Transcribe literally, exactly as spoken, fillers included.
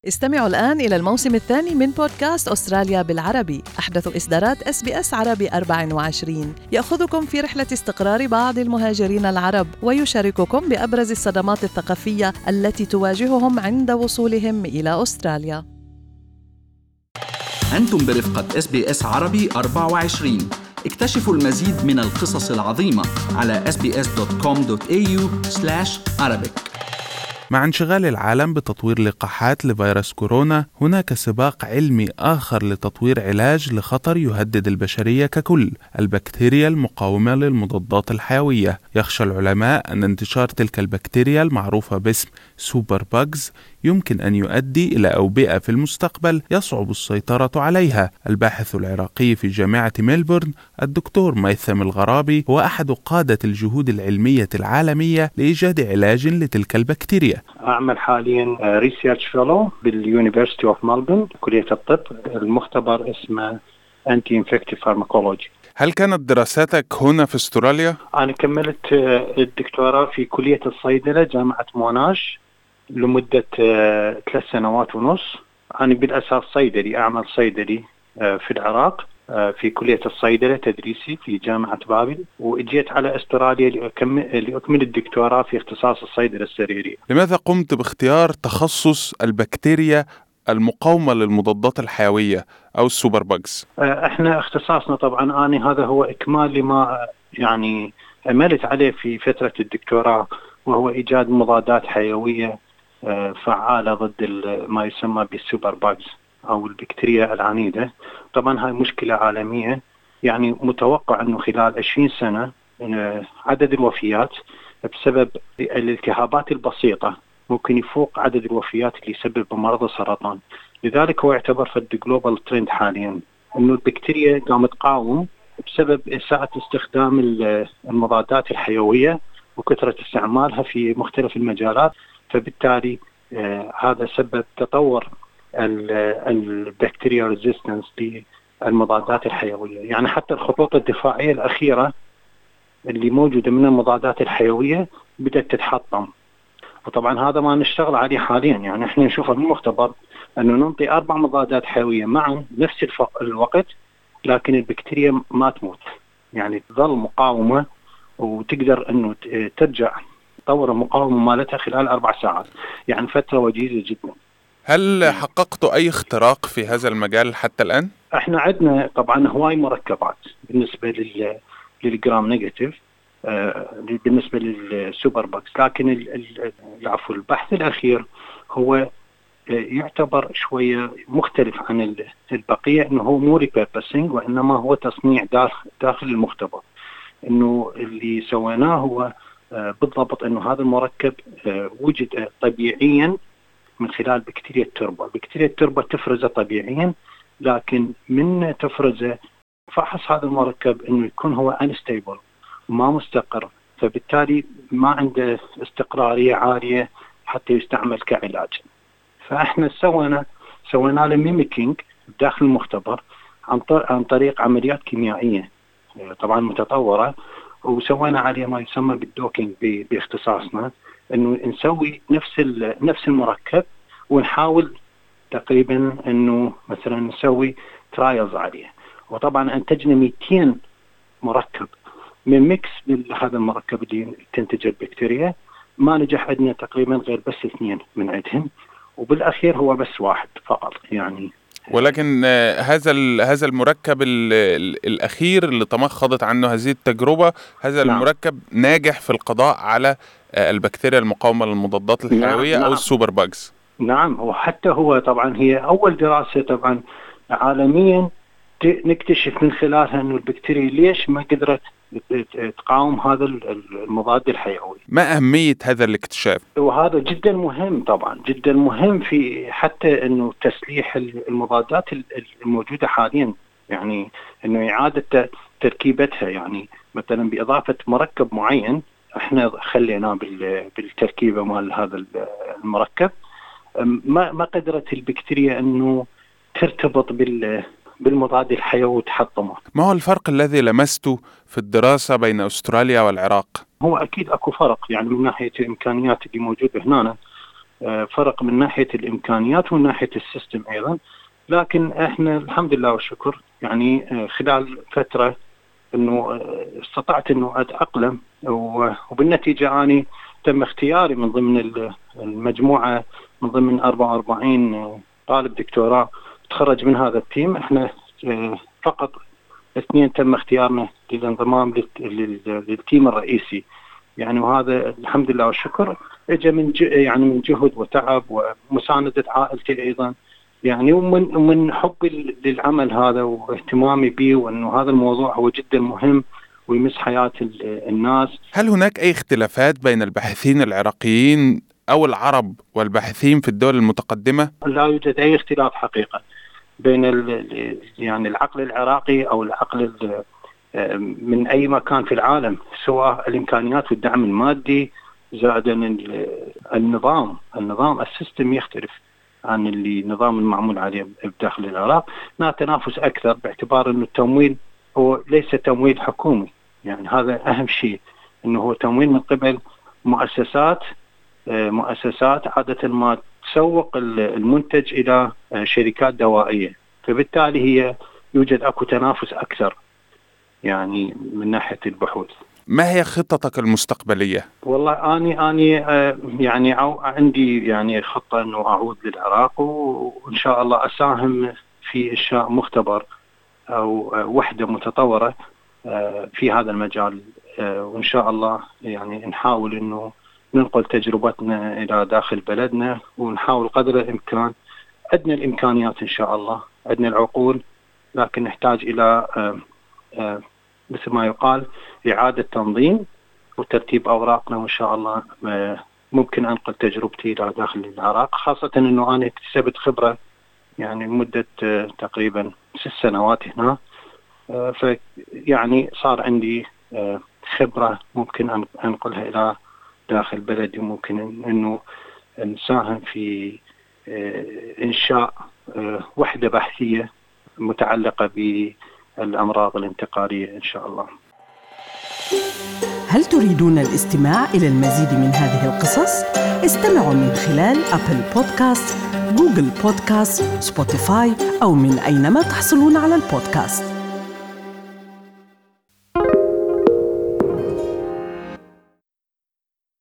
استمعوا الآن إلى الموسم الثاني من بودكاست أستراليا بالعربي، أحدث إصدارات إس بي إس عربي أربعة وعشرين، يأخذكم في رحلة استقرار بعض المهاجرين العرب ويشارككم بأبرز الصدمات الثقافية التي تواجههم عند وصولهم إلى أستراليا. أنتم برفقة إس بي إس عربي أربعة وعشرين. اكتشفوا المزيد من القصص العظيمة على إس بي إس دوت كوم دوت إيه يو سلاش عربيك. مع انشغال العالم بتطوير لقاحات لفيروس كورونا، هناك سباق علمي آخر لتطوير علاج لخطر يهدد البشرية ككل، البكتيريا المقاومة للمضادات الحيوية. يخشى العلماء أن انتشار تلك البكتيريا المعروفة باسم سوبر باجز يمكن أن يؤدي إلى أوبئة في المستقبل يصعب السيطرة عليها. الباحث العراقي في جامعة ميلبورن الدكتور ميثم الغرابي هو أحد قادة الجهود العلمية العالمية لإيجاد علاج لتلك البكتيريا. أعمل حاليا ريسيرش فيلو باليونيفرسيتي اوف ملبورن كلية الطب. المختبر اسمه أنتي انفكتيف فارماكولوجي. هل كانت دراساتك هنا في استراليا؟ أنا كملت الدكتوراه في كلية الصيدلة جامعة موناش لمدة ثلاث سنوات ونص. أنا بالأساس صيدلي، أعمل صيدلي في العراق في كلية الصيدلة تدريسي في جامعة بابل، وإجيت على أستراليا لأكمل الدكتوراه في اختصاص الصيدلة السريرية. لماذا قمت باختيار تخصص البكتيريا المقاومة للمضادات الحيوية أو السوبر باجز؟ احنا اختصاصنا طبعا أنا هذا هو إكمال لما يعني عملت عليه في فترة الدكتوراه، وهو إيجاد مضادات حيوية فعالة ضد ما يسمى بالسوبر باجز أو البكتيريا العنيدة. طبعا هاي مشكلة عالمية، يعني متوقع أنه خلال عشرين سنة عدد الوفيات بسبب الالتهابات البسيطة ممكن يفوق عدد الوفيات اللي يسبب بمرض السرطان. لذلك هو يعتبر في الجلوبال ترند حاليا أنه البكتيريا قامت تقاوم بسبب سعة استخدام المضادات الحيوية وكثرة استعمالها في مختلف المجالات، فبالتالي آه هذا سبب تطور البكتيريا ريزيستنس للمضادات الحيوية. يعني حتى الخطوط الدفاعية الأخيرة اللي موجودة من المضادات الحيوية بدأت تتحطم، وطبعا هذا ما نشتغل عليه حاليا. يعني احنا نشوفه بالمختبر أنه ننطي أربع مضادات حيوية معا نفس الوقت، لكن البكتيريا ما تموت، يعني تظل مقاومة وتقدر أنه ترجع تطور المقاومة مالتها خلال أربع ساعات، يعني فترة وجيزة جدا. هل حققتوا أي اختراق في هذا المجال حتى الآن؟ احنا عندنا طبعا هواي مركبات بالنسبة لل للجرام نيجاتيف آه بالنسبة للسوبر باكس، لكن العفو البحث الأخير هو يعتبر شوية مختلف عن البقية، انه هو مو ريبيربسينج وإنما هو تصنيع داخل, داخل المختبر. انه اللي سويناه هو آه بالضبط انه هذا المركب آه وجد طبيعيا من خلال بكتيريا التربة. بكتيريا التربة تفرزه طبيعيا، لكن من تفرزه فحص هذا المركب انه يكون هو انستيبل وما مستقر، فبالتالي ما عنده استقرارية عالية حتى يستعمل كعلاج. فاحنا سوينا سوينا له ميميكينج داخل المختبر عن عن طريق عمليات كيميائية طبعا متطورة، وسوينا عليه ما يسمى بالدوكينج باختصاصنا، انه نسوي نفس نفس المركب ونحاول تقريبا انه مثلا نسوي ترايلز عليه. وطبعا انتجنا مئتين مركب من ميكس هذا المركب اللي تنتج البكتيريا. ما نجح عندنا تقريبا غير بس اثنين من عندهم، وبالاخير هو بس واحد فقط يعني. ولكن هذا هذا المركب الأخير اللي تمخضت عنه هذه التجربة، هذا نعم. المركب ناجح في القضاء على البكتيريا المقاومة للمضادات الحيوية نعم. أو نعم. السوبر باجز. نعم، وحتى هو طبعا هي أول دراسة طبعا عالميا نكتشف من خلالها أنه البكتيريا ليش ما قدرت تقاوم هذا المضاد الحيوي. ما أهمية هذا الاكتشاف؟ وهذا جدا مهم طبعا، جدا مهم في حتى أنه تسليح المضادات الموجودة حاليا، يعني أنه إعادة تركيبتها، يعني مثلا بإضافة مركب معين احنا خليناه بالتركيبة مال هذا المركب، ما ما قدرت البكتيريا أنه ترتبط بال بالمضاد الحيوي وتحطمه. ما هو الفرق الذي لمسته في الدراسة بين أستراليا والعراق؟ هو أكيد أكو فرق، يعني من ناحية الإمكانيات اللي موجودة هنا. فرق من ناحية الإمكانيات ومن ناحية السيستم أيضا. لكن إحنا الحمد لله والشكر يعني خلال فترة إنه استطعت إنه أتأقلم، وبالنتيجة أنا تم اختياري من ضمن المجموعة من ضمن أربعة وأربعين طالب دكتوراه تخرج من هذا التيم. إحنا فقط اثنين تم اختيارنا للانضمام للتيم الرئيسي يعني، وهذا الحمد لله والشكر اجى من يعني من جهد وتعب ومساندة عائلتي ايضا يعني، ومن من حبي للعمل هذا واهتمامي به، وانه هذا الموضوع هو جدا مهم ويمس حياة الناس. هل هناك اي اختلافات بين الباحثين العراقيين او العرب والباحثين في الدول المتقدمة؟ لا يوجد اي اختلاف حقيقة بين يعني العقل العراقي او العقل من أي مكان في العالم، سواء الإمكانيات والدعم المادي زائدا النظام النظام السيستم يختلف عن اللي نظام المعمول عليه بداخل العراق. هناك تنافس أكثر باعتبار أن التمويل هو ليس تمويل حكومي يعني، هذا أهم شيء، أنه هو تمويل من قبل مؤسسات مؤسسات عادة ما تسوق المنتج إلى شركات دوائية، فبالتالي هي يوجد أكو تنافس أكثر يعني من ناحية البحوث. ما هي خطتك المستقبلية؟ والله أني أني يعني عندي يعني خطة إنه أعود للعراق، وإن شاء الله أساهم في إنشاء مختبر أو وحدة متطورة في هذا المجال، وإن شاء الله يعني نحاول إنه ننقل تجربتنا إلى داخل بلدنا، ونحاول قدر الإمكان. عندنا الإمكانيات إن شاء الله، عندنا العقول، لكن نحتاج إلى آه مثل ما يقال إعادة تنظيم وترتيب أوراقنا، وإن شاء الله آه ممكن أنقل تجربتي إلى داخل العراق، خاصة أنه أنا اكتسبت خبرة يعني مدة آه تقريبا ست سنوات هنا، آه فيعني صار عندي آه خبرة ممكن أنقلها إلى داخل بلدي، وممكن أنه نساهم في آه إنشاء آه وحدة بحثية متعلقة بالأمراض الانتقالية إن شاء الله. هل تريدون الاستماع إلى المزيد من هذه القصص؟ استمعوا من خلال أبل بودكاست، جوجل بودكاست، سبوتيفاي، أو من أينما تحصلون على البودكاست.